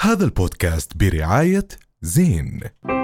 هذا البودكاست برعاية زين.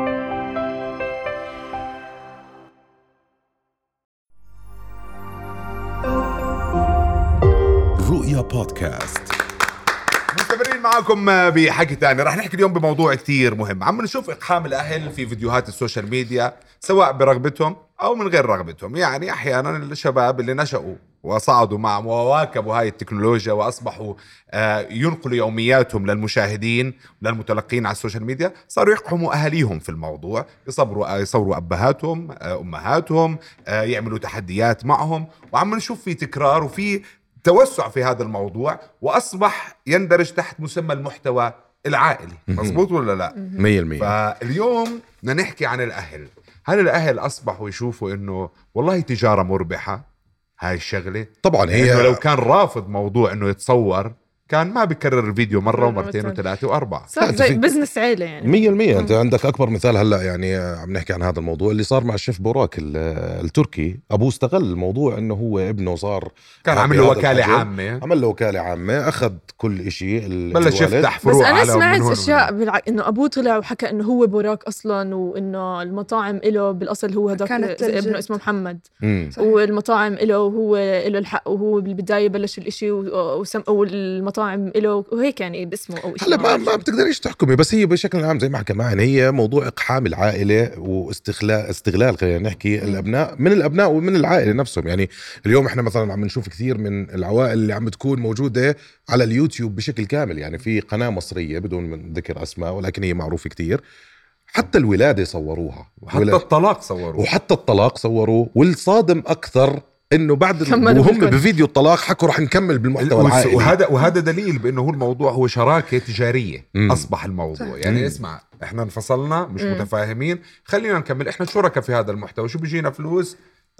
رؤيا بودكاست. مستمرين معكم بحكي تاني. رح نحكي اليوم بموضوع كتير مهم. عم نشوف إقحام الأهل في فيديوهات السوشيال ميديا، سواء برغبتهم أو من غير رغبتهم. يعني أحيانا الشباب اللي نشأوا وصعدوا مع وواكبوا هاي التكنولوجيا وأصبحوا ينقلوا يومياتهم للمشاهدين للمتلقين على السوشيال ميديا، صاروا يقحموا أهاليهم في الموضوع، يصوروا أبهاتهم أمهاتهم، يعملوا تحديات معهم. وعم نشوف في تكرار وفي توسع في هذا الموضوع، وأصبح يندرج تحت مسمى المحتوى العائلي. مظبوط ولا لا؟ 100%. فاليوم بدنا نحكي عن الأهل. هل الأهل أصبحوا يشوفوا إنه والله تجارة مربحة هاي الشغلة؟ طبعا هي يعني لو كان رافض موضوع إنه يتصور كان ما بيكرر الفيديو مرة ومرتين وثلاثة وأربعة. صح، زي بزنس عيلة يعني 100%. انت عندك اكبر مثال هلا، يعني عم نحكي عن هذا الموضوع اللي صار مع الشيف بوراك التركي. ابوه استغل الموضوع انه هو ابنه صار كان عمل له وكالة عامة، عمل له وكالة عامة، اخذ كل إشي، بلش يفتح فروع. بس انا على سمعت اشياء انه ابوه طلع وحكى انه هو بوراك اصلا، وانه المطاعم له بالاصل هو هذاك ابنه اسمه محمد، والمطاعم له وهو له الحق، وهو بالبداية بلش الاشي والمطاعم له وهيك يعني باسمه او شيء. هلا ما بتقدريش تحكمي، بس هي بشكل عام زي ما حكى معنا، هي موضوع اقحام العائله واستغلال خلينا نحكي الابناء من الابناء ومن العائله نفسهم. يعني اليوم احنا مثلا عم نشوف كثير من العوائل اللي عم تكون موجوده على اليوتيوب بشكل كامل. يعني في قناه مصريه بدون من ذكر اسماء ولكن هي معروفه كثير، حتى الولاده صوروها، وحتى الطلاق صوروه. والصادم اكثر انه بعد وهم بفيديو الطلاق حكوا رح نكمل بالمحتوى العائلي. وهذا دليل بانه هو الموضوع هو شراكه تجاريه. اصبح الموضوع يعني اسمع، احنا انفصلنا مش متفاهمين، خلينا نكمل، احنا شركاء في هذا المحتوى، شو بيجينا فلوس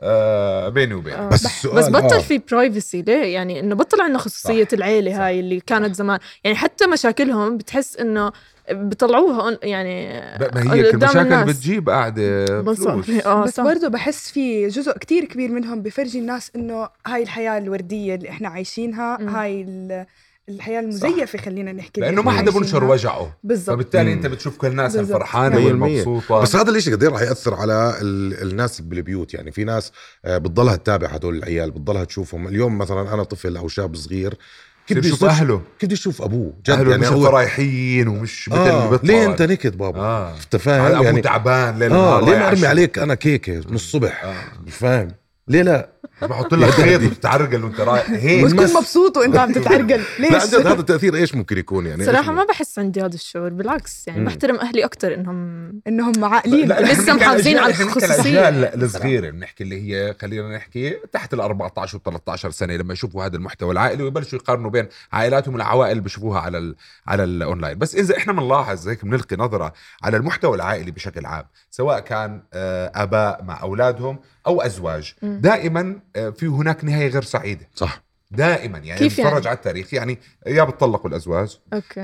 بيني وبين. بس بطل في برايفسي ليه؟ يعني انه بطل عندنا خصوصية العيلة هاي اللي كانت زمان. يعني حتى مشاكلهم بتحس انه بيطلعوها يعني ما هي المشاكل بتجيب قاعدة فلوس. بس برضو بحس في جزء كتير كبير منهم بفرجي الناس إنه هاي الحياة الوردية اللي إحنا عايشينها، هاي الحياة المزيفة خلينا نحكي، لأنه ما حدا بنشر وجعه، فبالتالي أنت بتشوف كل الناس الفرحانة والمبسوطة. بس هذا الاشي قدير راح يأثر على الناس بالبيوت. يعني في ناس بتضلها تتابع هدول العيال، بتضلها تشوفهم. اليوم مثلا أنا طفل أو شاب صغير، كيف بدي يشوف أهله، كيف بدي يشوف أبوه جد، أهله يعني مش رايحين ومش مثل ليه أنت نكد بابا؟ تفهم يعني تعبان ليه ما أرمي عليك أنا كيكة من الصبح؟ فاهم ليه لا بحط لك خيط وتتعرقل وانت رايح هيك وتكون مبسوط وانت عم تتعرقل. ليش؟ لا هذا التأثير ايش ممكن يكون؟ يعني صراحة ما بحس عندي هذا الشعور، بالعكس يعني بحترم اهلي اكتر انهم عاقلين لسه محافظين على الخصوصية. الصغيرة بنحكي اللي هي خلينا نحكي تحت 14 و13 سنة، لما يشوفوا هذا المحتوى العائلي ويبلشوا يقارنوا بين عائلاتهم والعوائل بيشوفوها على الاونلاين. بس اذا احنا بنلاحظ هيك بنلقي نظرة على المحتوى العائلي بشكل عام، سواء كان اباء مع اولادهم او ازواج، دائما في هناك نهاية غير سعيدة. صح، دائما يعني نتفرج على التاريخ، يعني يا بتطلقوا الازواج،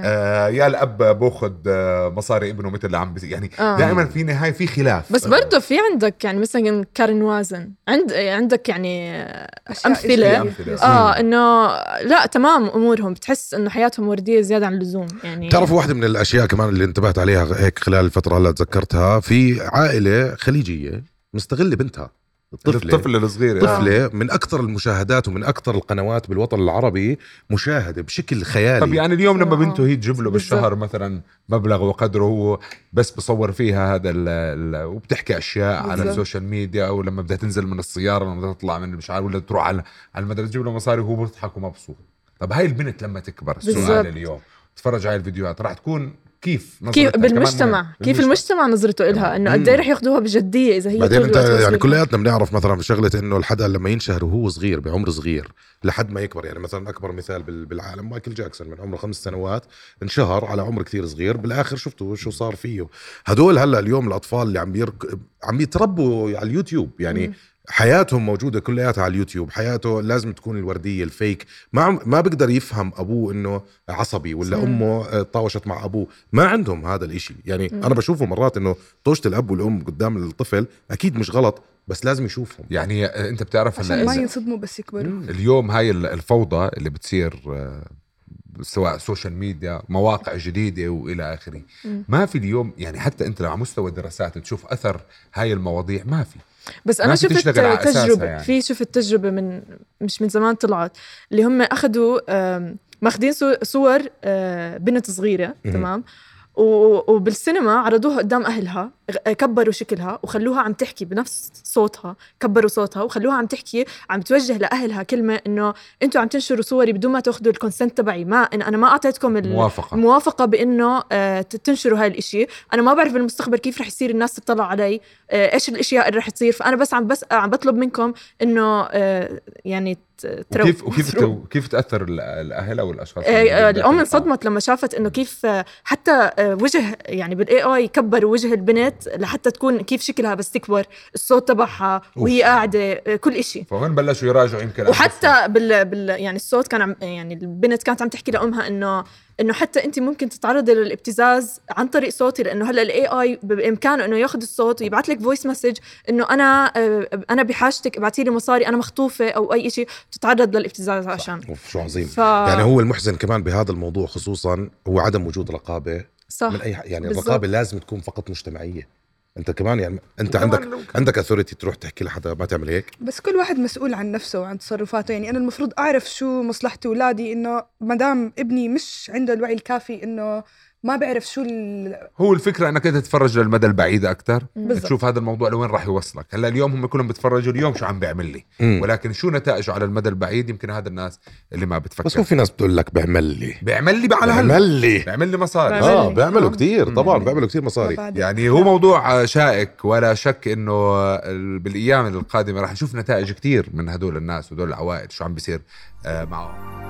يا الاب باخذ مصاري ابنه مثل اللي عم يعني دائما في نهايه، في خلاف. بس برضه في عندك يعني مثلا كارن وازن، عندك يعني امثله انه لا تمام امورهم، بتحس انه حياتهم ورديه زياده عن اللزوم. يعني تعرفوا واحدة من الاشياء كمان اللي انتبهت عليها هيك خلال الفتره هلا تذكرتها، في عائله خليجيه مستغله بنتها، الطفل الصغير، طفلة من أكثر المشاهدات ومن أكثر القنوات بالوطن العربي مشاهدة بشكل خيالي. طب يعني اليوم لما بنته هي تجيب له بالشهر مثلا مبلغ وقدره، هو بس بصور فيها هذا وبتحكي أشياء على السوشيال ميديا، أو لما بدها تنزل من السيارة، لما بدها تطلع من مش عارف ولا تروح على المدرسة تجيب له مصاري وهو بيضحك ومبسوط. طب هاي البنت لما تكبر، السؤال اليوم تتفرج على الفيديوهات راح تكون كيف بالمجتمع، كيف المجتمع نظرته إلها، إنه قد إيه رح ياخدوها بجدية إذا هي. بعدين أنت يعني كلياتنا بنعرف مثلا في شغلة إنه الحدا لما ينشهر وهو صغير بعمر صغير لحد ما يكبر. يعني مثلا أكبر مثال بالعالم مايكل جاكسون، من عمره 5 سنوات انشهر على عمر كثير صغير، بالآخر شفتوا شو صار فيه. هدول هلا اليوم الأطفال اللي عم يتربوا على اليوتيوب، يعني حياتهم موجودة كلياتها على اليوتيوب، حياته لازم تكون الوردية الفيك. ما بقدر يفهم أبوه إنه عصبي ولا أمه طاوشت مع أبوه، ما عندهم هذا الإشي. يعني أنا بشوفه مرات إنه طوشة الأب والأم قدام الطفل أكيد مش غلط، بس لازم يشوفهم. يعني أنت بتعرف عشان ما ينصدموا بس يكبروا. اليوم هاي الفوضى اللي بتصير سواء سوشيال ميديا، مواقع جديدة وإلى آخره. ما في اليوم يعني حتى أنت لو على مستوى الدراسات تشوف أثر هاي المواضيع ما في. بس أنا شفت تجربة يعني. شفت تجربة مش من زمان طلعت، اللي هم أخذوا ماخدين صور بنت صغيرة تمام، وبالسينما عرضوها قدام أهلها، كبروا شكلها وخلوها عم تحكي بنفس صوتها، كبروا صوتها وخلوها عم تحكي، عم توجه لأهلها كلمة إنه أنتوا عم تنشروا صوري بدون ما تأخذوا الكونسنت تبعي، ما أنا ما أعطيتكم الموافقة بإنه تنشروا هاي الإشي. أنا ما بعرف بالمستقبل كيف رح يصير الناس تطلع علي، إيش الأشياء اللي رح تصير، فأنا بس عم بطلب منكم إنه يعني وكيف تأثر الأهل أو الأشخاص. الأم انصدمت لما شافت إنه كيف حتى وجه يعني بالAI كبروا وجه البنت لحتى تكون كيف شكلها بس تكبر، الصوت تبعها وهي قاعدة، كل إشي. فهون بلشوا يراجعوا يمكن. وحتى يعني الصوت كان يعني البنت كانت عم تحكي لأمها إنه حتى أنت ممكن تتعرضي للابتزاز عن طريق صوتي، لأنه هلا الAI بإمكانه إنه ياخذ الصوت ويبعث لك فويس مسج إنه أنا بحاجتك ابعتي لي مصاري، أنا مخطوفة أو أي شيء، تتعرض للابتزاز عشان. شو عظيم. يعني هو المحزن كمان بهذا الموضوع خصوصا هو عدم وجود رقابة صح. من أي يعني بالزبط. الرقابة لازم تكون فقط مجتمعية. انت كمان يعني انت عندك اثوريتي تروح تحكي لحدا ما تعمل هيك. بس كل واحد مسؤول عن نفسه وعن تصرفاته. يعني انا المفروض اعرف شو مصلحة اولادي، انه مدام ابني مش عنده الوعي الكافي انه ما بعرف شو هو الفكرة انك انت تتفرج للمدى البعيد اكتر، تشوف هذا الموضوع لوين راح يوصلك. هلا اليوم هم كلهم بتفرجوا اليوم شو عم بيعمل لي، ولكن شو نتائجه على المدى البعيد يمكن هذا الناس اللي ما بتفكر. بس هو في ناس بتقول لك بيعمل لي بيعمل لي مصاري. بيعملوا كتير طبعا، بيعملوا كتير مصاري. يعني هو موضوع شائك، ولا شك انه بالايام القادمة راح نشوف نتائج كتير من هدول الناس ودول العوائد شو عم بيصير معهم.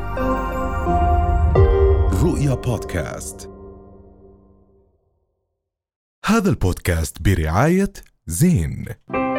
رؤيا بودكاست. هذا البودكاست برعاية زين.